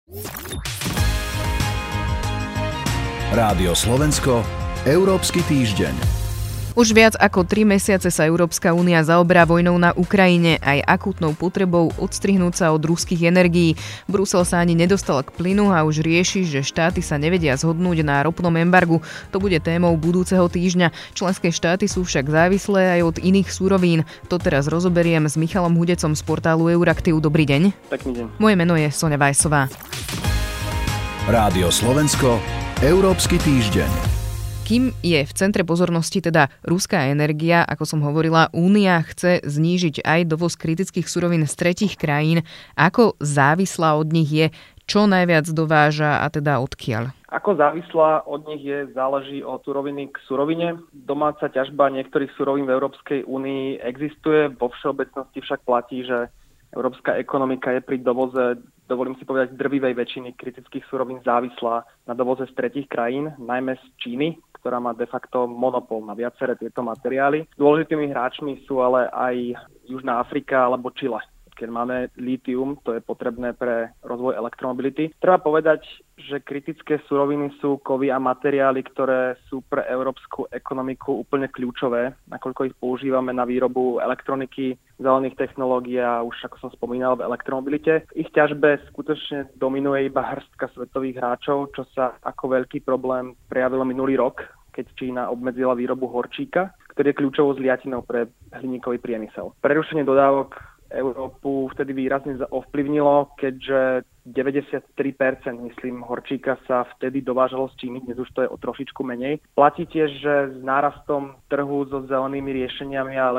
Rádio Slovensko, Európsky týždeň. Už viac ako 3 mesiace sa Európska únia zaoberá vojnou na Ukrajine aj akútnou potrebou odstrihnúť sa od ruských energií. Brusel sa ani nedostal k plynu a už rieši, že štáty sa nevedia zhodnúť na ropnom embargu. To bude témou budúceho týždňa. Členské štáty sú však závislé aj od iných surovín. To teraz rozoberiem s Michalom Hudecom z portálu Euraktiv. Dobrý deň. Pekný deň. Moje meno je Soňa Vajsová. Rádio Slovensko, Európsky týždeň. Kým je v centre pozornosti teda ruská energia, ako som hovorila, Únia chce znížiť aj dovoz kritických surovín z tretích krajín. Ako závislá od nich je, čo najviac dováža a teda odkiaľ? Ako závislá od nich je, záleží od suroviny k surovine. Domáca ťažba niektorých surovín v Európskej únii existuje, vo všeobecnosti však platí, že európska ekonomika je pri dovoze, dovolím si povedať, drvivej väčšiny kritických surovín závislá na dovoze z tretích krajín, najmä z Číny, ktorá má de facto monopol na viaceré tieto materiály. Dôležitými hráčmi sú ale aj Južná Afrika alebo Čile. Keď máme lítium, to je potrebné pre rozvoj elektromobility. Treba povedať, že kritické suroviny sú kovy a materiály, ktoré sú pre európsku ekonomiku úplne kľúčové, nakoľko ich používame na výrobu elektroniky, zelených technológií a už, ako som spomínal, v elektromobilite. V ich ťažbe skutočne dominuje iba hrstka svetových hráčov, čo sa ako veľký problém prejavilo minulý rok, keď Čína obmedzila výrobu horčíka, ktorý je kľúčovou zliatinou pre hliníkový priemysel. Prerušenie dodávok Európu vtedy výrazne ovplyvnilo, keďže 93%, myslím, horčíka sa vtedy dovážalo z Číny, dnes už to je o trošičku menej. Platí tiež, že s nárastom trhu so zelenými riešeniami a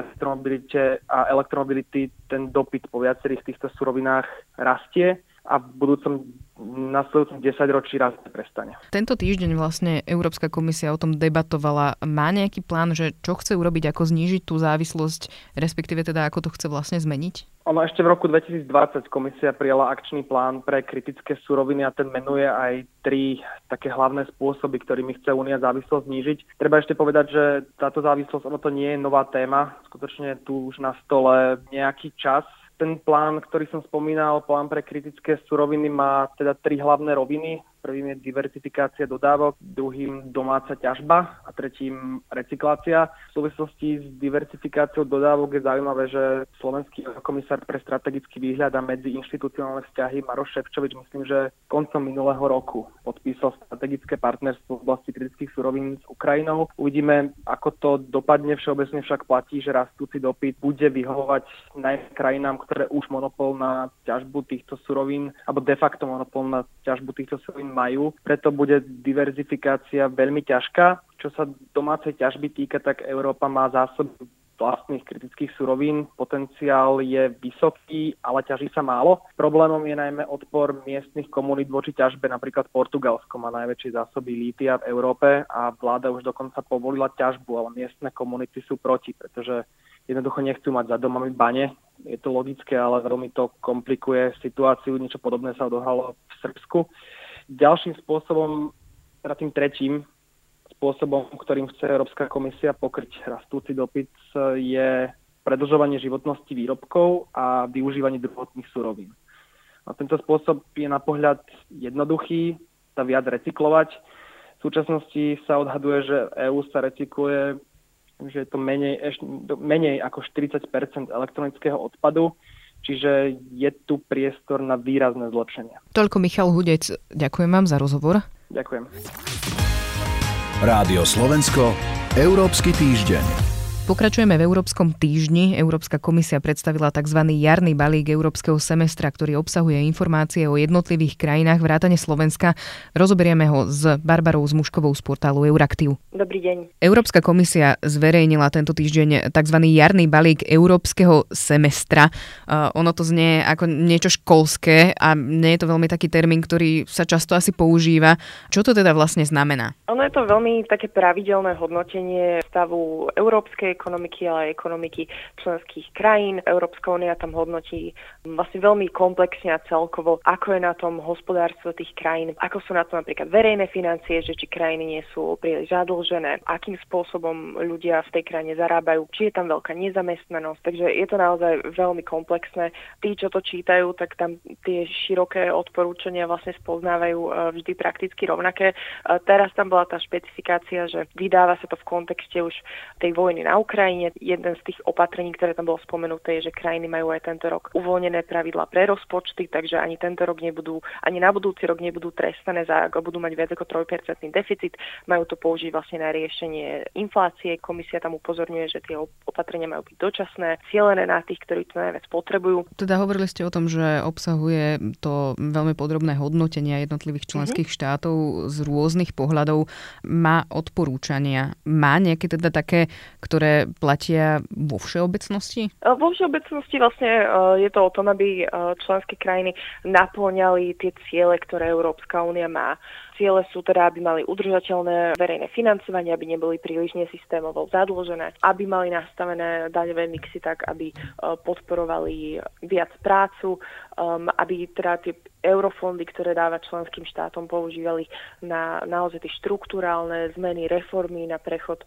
elektromobility ten dopyt po viacerých týchto surovinách rastie a v nasledujúcom 10 ročí raz prestane. Tento týždeň vlastne Európska komisia o tom debatovala. Má nejaký plán, že čo chce urobiť, ako znížiť tú závislosť, respektíve teda ako to chce vlastne zmeniť? Ono ešte v roku 2020 komisia prijala akčný plán pre kritické suroviny a ten menuje aj 3 také hlavné spôsoby, ktorými chce Únia závislosť znížiť. Treba ešte povedať, že táto závislosť, ono to nie je nová téma. Skutočne tu už na stole nejaký čas. Ten plán, ktorý som spomínal, plán pre kritické suroviny, má teda 3 hlavné roviny. Prvým je diverzifikácia dodávok, druhým domáca ťažba a tretím recyklácia. V súvislosti s diversifikáciou dodávok je zaujímavé, že slovenský komisár pre strategický výhľad a medziinštitucionálne vzťahy Maroš Šefčovič, myslím, že koncom minulého roku podpísal strategické partnerstvo v oblasti kritických surovín s Ukrajinou. Uvidíme, ako to dopadne. Všeobecne však platí, že rastúci dopyt bude vyhovovať najmä krajinám, ktoré už monopol na ťažbu týchto surovín, alebo de facto monopol na ťažbu týchto surovín majú. Preto bude diverzifikácia veľmi ťažká. Čo sa domácej ťažby týka, tak Európa má zásoby vlastných kritických surovín. Potenciál je vysoký, ale ťaží sa málo. Problémom je najmä odpor miestnych komunít voči ťažbe. Napríklad Portugalsko má najväčšie zásoby lítia v Európe a vláda už dokonca povolila ťažbu, ale miestne komunity sú proti, pretože jednoducho nechcú mať za domami bane. Je to logické, ale veľmi to komplikuje situáciu. Niečo podobné sa odohralo v Srbsku. Ďalším spôsobom, teda tým tretím spôsobom, ktorým chce Európska komisia pokryť rastúci dopyt, je predĺžovanie životnosti výrobkov a využívanie druhotných surovín. A tento spôsob je na pohľad jednoduchý, sa viac recyklovať. V súčasnosti sa odhaduje, že EÚ sa recykluje, že je to menej ako 40% elektronického odpadu. Čiže je tu priestor na výrazné zlepšenie. Toľko Michal Hudec. Ďakujem vám za rozhovor. Ďakujem. Rádio Slovensko, Európsky týždeň. Pokračujeme v Európskom týždni. Európska komisia predstavila tzv. Jarný balík Európskeho semestra, ktorý obsahuje informácie o jednotlivých krajinách vrátane Slovenska. Rozoberieme ho s Barbarou Zmuškovou z portálu Euraktiv. Dobrý deň. Európska komisia zverejnila tento týždeň tzv. Jarný balík Európskeho semestra. Ono to znie ako niečo školské a nie je to veľmi taký termín, ktorý sa často asi používa. Čo to teda vlastne znamená? Ono je to veľmi také pravidelné hodnotenie stavu európskej európskej ekonomiky, ale aj ekonomiky členských krajín. Európska únia tam hodnotí vlastne veľmi komplexne a celkovo, ako je na tom hospodárstvo tých krajín, ako sú na tom napríklad verejné financie, že či krajiny nie sú príliš zadlžené, akým spôsobom ľudia v tej krajine zarábajú, či je tam veľká nezamestnanosť. Takže je to naozaj veľmi komplexné. Tí, čo to čítajú, tak tam tie široké odporúčania vlastne spoznávajú vždy prakticky rovnaké. Teraz tam bola tá špecifikácia, že vydáva sa to v kontexte už tej vojny na Ukrajine. Jeden z tých opatrení, ktoré tam bolo spomenuté, je, že krajiny majú aj tento rok uvoľnené pravidlá pre rozpočty, takže ani tento rok nebudú, ani na budúci rok nebudú trestané za, ak budú mať viac ako 3% deficit. Majú to použiť vlastne na riešenie inflácie. Komisia tam upozorňuje, že tie opatrenia majú byť dočasné, cielené na tých, ktorí to najviac potrebujú. Teda hovorili ste o tom, že obsahuje to veľmi podrobné hodnotenia jednotlivých členských štátov z rôznych pohľadov. Má odporúčania. Má nejaké teda také, ktoré platia vo všeobecnosti? Vo všeobecnosti vlastne je to o tom, aby členské krajiny napĺňali tie ciele, ktoré Európska únia má. Ciele sú teda, aby mali udržateľné verejné financovanie, aby neboli príliš nesystémovo zadlžené, aby mali nastavené daňové mixy tak, aby podporovali viac prácu, aby teda tie eurofondy, ktoré dáva členským štátom, používali na naozaj tie štruktúrálne zmeny, reformy, na prechod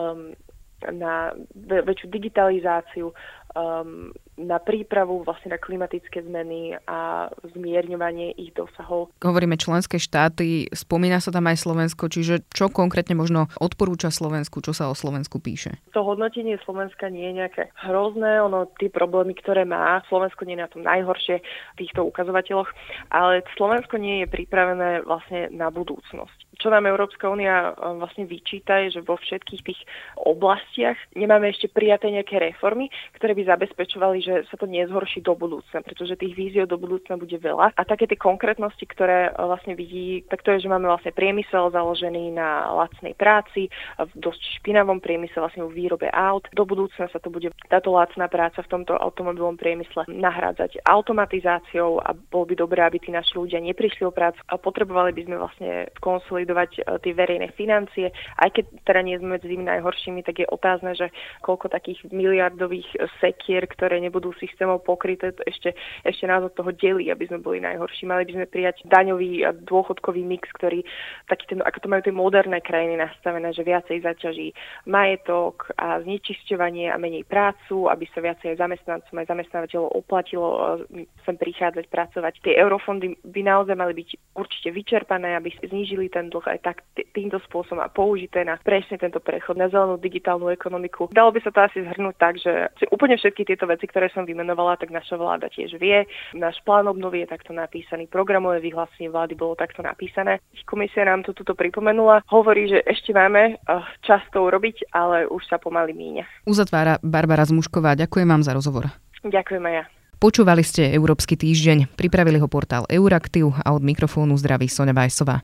na väčšiu digitalizáciu, na prípravu vlastne na klimatické zmeny a zmierňovanie ich dosahov. Hovoríme členské štáty, spomína sa tam aj Slovensko, čiže čo konkrétne možno odporúča Slovensku, čo sa o Slovensku píše? To hodnotenie Slovenska nie je nejaké hrozné, tie problémy, ktoré má, Slovensko nie je na tom najhoršie v týchto ukazovateľoch, ale Slovensko nie je pripravené vlastne na budúcnosť. Čo nám Európska únia vlastne vyčíta, je, že vo všetkých tých oblastiach nemáme ešte prijaté nejaké reformy, ktoré by zabezpečovali, že sa to nezhorší do budúcna, pretože tých víziev do budúcna bude veľa. A také tie konkrétnosti, ktoré vlastne vidí, tak to je, že máme vlastne priemysel založený na lacnej práci, v dosť špinavom priemysle, vlastne v výrobe aut. Do budúcna sa to bude táto lacná práca v tomto automobilovom priemysle nahrádzať automatizáciou a bolo by dobré, aby tí naši ľudia neprišli o prácu a potrebovali by sme vlastne konsolidovať tie verejné financie. Aj keď teda nie sme medzi tými najhoršími, tak je otázne, že koľko takých miliardových sekier, ktoré nebudú systémov pokryté, ešte nás od toho delí, aby sme boli najhorší. Mali by sme prijať daňový a dôchodkový mix, ktorý taký ten, ako to majú tie moderné krajiny nastavené, že viacej zaťaží majetok a znečisťovanie a menej prácu, aby sa viacej zamestnancom aj zamestnávateľov oplatilo sem prichádzať pracovať. Tie eurofondy by naozaj mali byť určite vyčerpané, aby znížili ten dlh aj tak týmto spôsobom a použité na presne tento prechod na zelenú digitálnu ekonomiku. Dalo by sa to asi zhrnúť tak, že úplne všetky tieto veci, ktoré som vymenovala, tak naša vláda tiež vie. Náš plán obnovy je takto napísaný, programové vyhlásenie vlády bolo takto napísané. Komisia nám to tuto pripomenula. Hovorí, že ešte máme čas to urobiť, ale už sa pomaly míňa. Uzatvára Barbara Zmušková. Ďakujem vám za rozhovor. Ďakujem aj ja. Počúvali ste Európsky týždeň. Pripravili ho portál Euraktiv a od mikrofónu zdraví Soňa Vajsová.